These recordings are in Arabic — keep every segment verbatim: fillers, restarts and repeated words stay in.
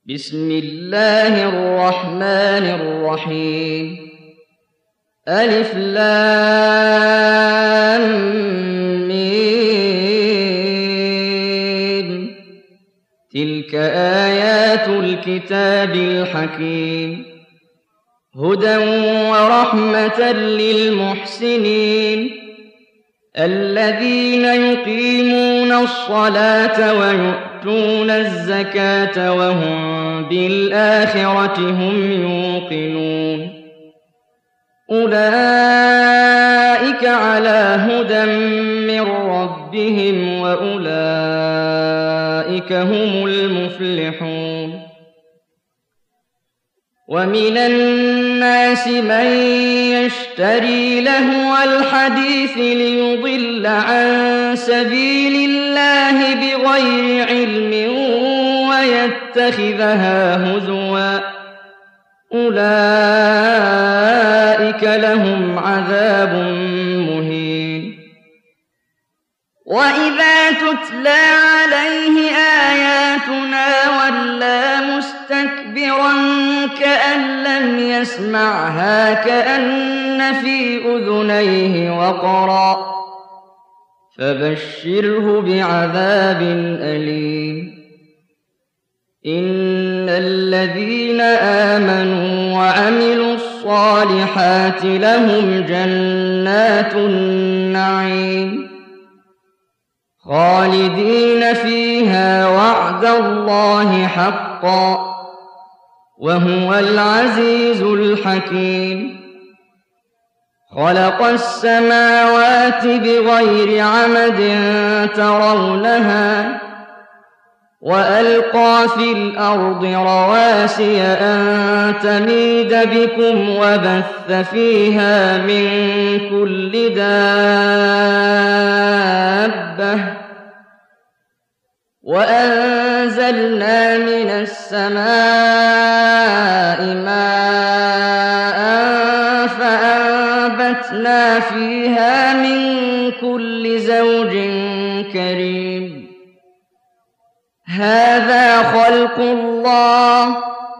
بسم الله الرحمن الرحيم ألف لام ميم تلك آيات الكتاب الحكيم هدى ورحمة للمحسنين الذين يقيمون الصلاة ويؤتون الزكاة وهم بالآخرة هم يوقنون أولئك على هدى من ربهم وأولئك هم المفلحون ومن الناس من يشتري لهو الحديث ليضل عن سبيل الله بغير علم ويتخذها هزوا أولئك لهم عذاب مهين وإذا تتلى عليه آياتنا ولى مستكبرا كأن لم يسمعها كأن في أذنيه وقرا فبشره بعذاب أليم إن الذين آمنوا وعملوا الصالحات لهم جنات النعيم خالدين فيها وعد الله حقا وهو العزيز الحكيم خلق السماوات بغير عمد ترونها وألقى في الأرض رواسي أن تميد بكم وبث فيها من كل دابة وأنزلنا من السماء ماء فأنبتنا فيها من كل زوج كريم هذا خلق الله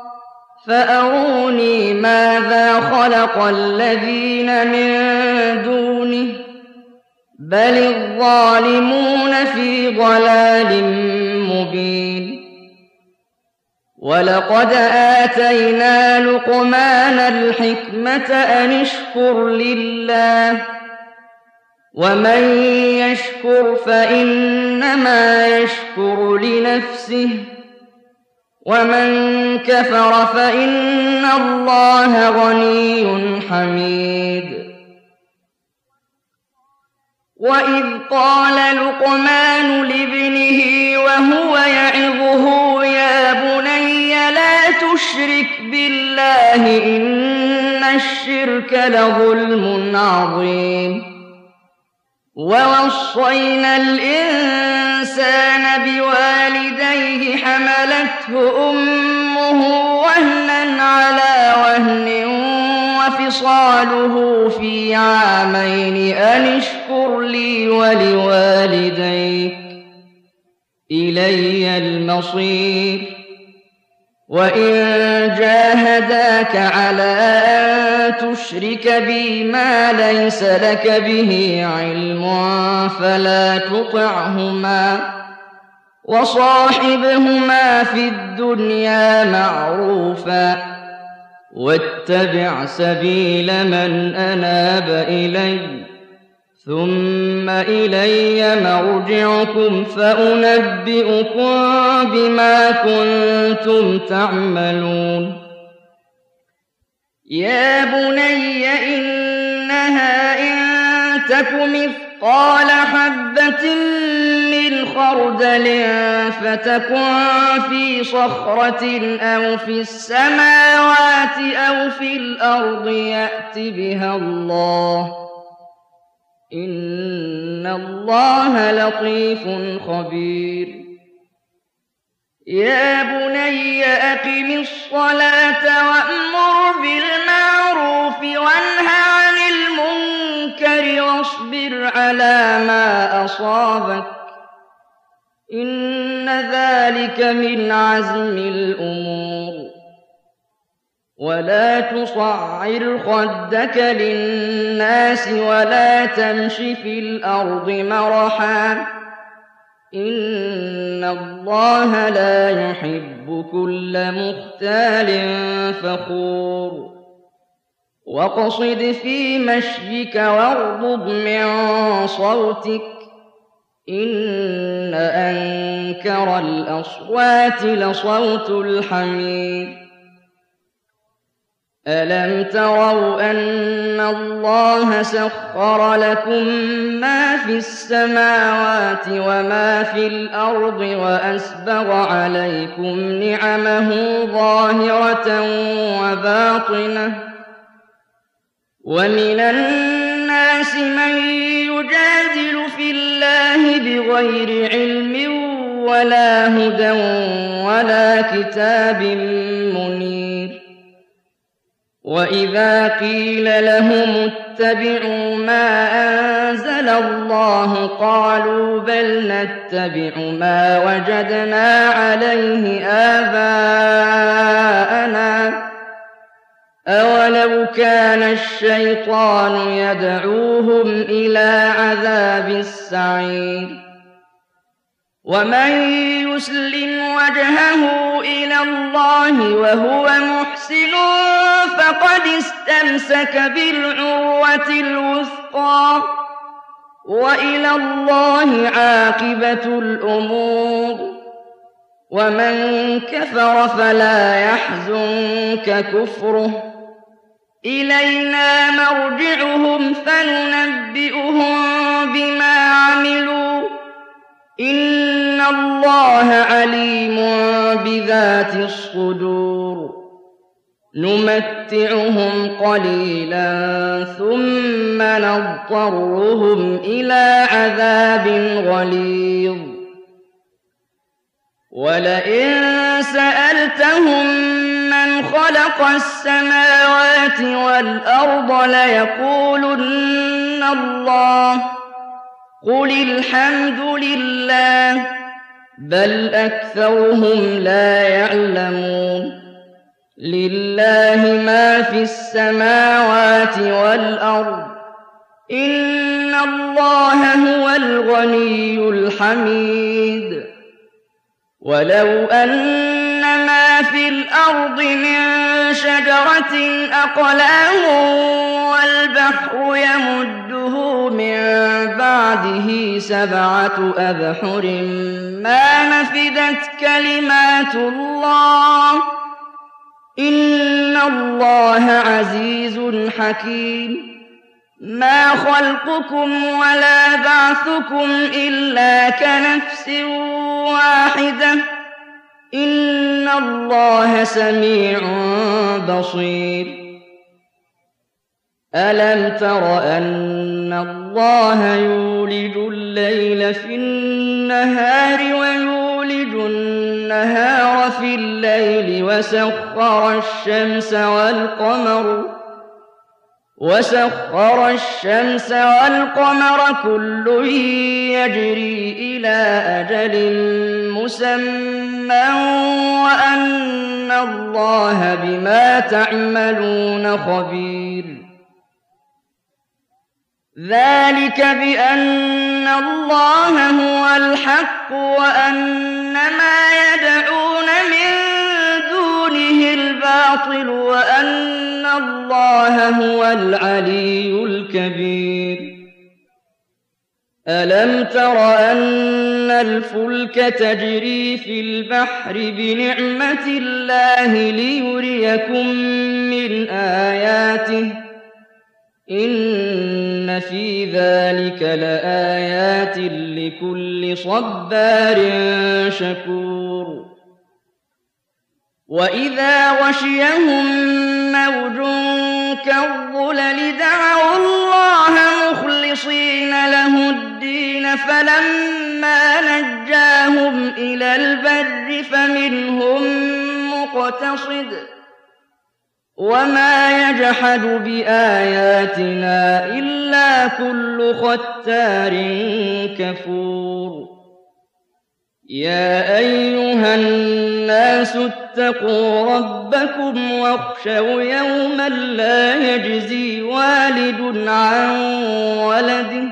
فأروني ماذا خلق الذين من دونه بل الظالمون في ضلال مبين ولقد آتينا لقمان الحكمة أن اشكر لله ومن يشكر فإنما يشكر لنفسه ومن كفر فإن الله غني حميد وإذ قال لقمان لابنه وهو يعظه يا بني لا تشرك بالله إن الشرك لظلم عظيم ووصينا الإنسان بوالديه حملته أمه وهنا على وهن وفصاله في عامين أن اشكر لي ولوالديك إلي المصير وإن جاهداك على أن تشرك بي ما ليس لك به علم فلا تطعهما وصاحبهما في الدنيا معروفا واتبع سبيل من أناب إلي ثم إلي مرجعكم فأنبئكم بما كنتم تعملون يا بني إنها إن تك مثقال حبة من خردل فتكن في صخرة أو في السماوات أو في الأرض يأت بها الله إن الله لطيف خبير يا بني أقم الصلاة وأمر بالمعروف وانه عن المنكر واصبر على ما أصابك إن ذلك من عزم الأمور ولا تصعر خدك للناس ولا تمش في الأرض مرحا إن الله لا يحب كل مختال فخور واقصد في مشيك واغضض من صوتك إن أنكر الأصوات لصوت الحمير ألم تروا أن الله سخر لكم ما في السماوات وما في الأرض وأسبغ عليكم نعمه ظاهرة وباطنة ومن الناس من يجادل في الله بغير علم ولا هدى ولا كتاب منير وإذا قيل لهم اتبعوا ما أنزل الله قالوا بل نتبع ما وجدنا عليه آباءنا أولو كان الشيطان يدعوهم إلى عذاب السعير ومن يسلم وجهه إلى الله وهو محسن فقد استمسك بالعروة الوثقى وإلى الله عاقبة الأمور ومن كفر فلا يحزنك كفره إلينا مرجعهم فننبئهم بما عملوا إن الله عليم بذات الصدور نمتعهم قليلا ثم نضطرهم إلى عذاب غليظ ولئن سألتهم من خلق السماوات والأرض ليقولن الله قل الحمد لله بل أكثرهم لا يعلمون لله ما في السماوات والأرض إن الله هو الغني الحميد ولو أن ما في الأرض من شجرة أقلام والبحر يمده من بعده سبعة أبحر ما نفدت كلمات الله إن الله عزيز حكيم ما خلقكم ولا بعثكم إلا كنفس واحدة إن الله سميع بصير ألم تر أن الله يولج الليل في النهار ويولج النهار في الليل وسخر الشمس والقمر وسخر الشمس والقمر كل يجري إلى أجل مسمى وأن الله بما تعملون خبير ذلك بأن الله هو الحق وأن ما يدعون من دونه الباطل وأن الله هو العلي الكبير ألم تر أن الفلك تجري في البحر بنعمة الله ليريكم من آياته إن في ذلك لآيات لكل صبار شكور وإذا غشيهم موج كالظلل دعوا الله مخلصين له الدين فلما نجاهم إلى البر فمنهم مقتصد وما يجحد بآياتنا إلا كل ختار كفور يَا أَيُّهَا النَّاسُ اتَّقُوا رَبَّكُمْ وَاخْشَوْا يَوْمًا لَّا يَجْزِي وَالِدٌ عَن وَلَدِهِ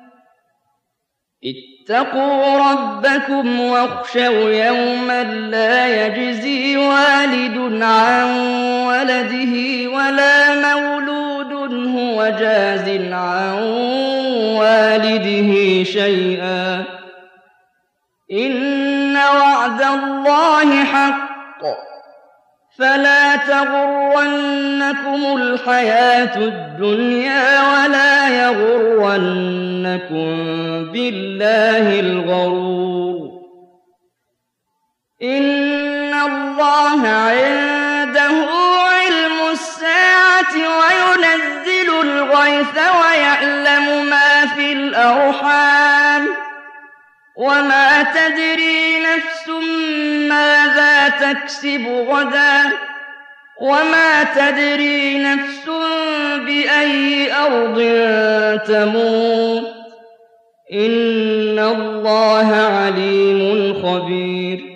اتقوا ربكم واخشوا يوما لا يجزي والد عن ولده ولا مولود هو جاز عن والده شيئا إن وعد الله حق فلا تغرنكم الحياة الدنيا ولا يغرنكم بالله الغرور إن الله عنده علم الساعة وينزل الغيث ويعلم ما في الأرحام وما تدري نفس ماذا تكسب غدا وما تدري نفس بأي أرض تموت إن الله عليم خبير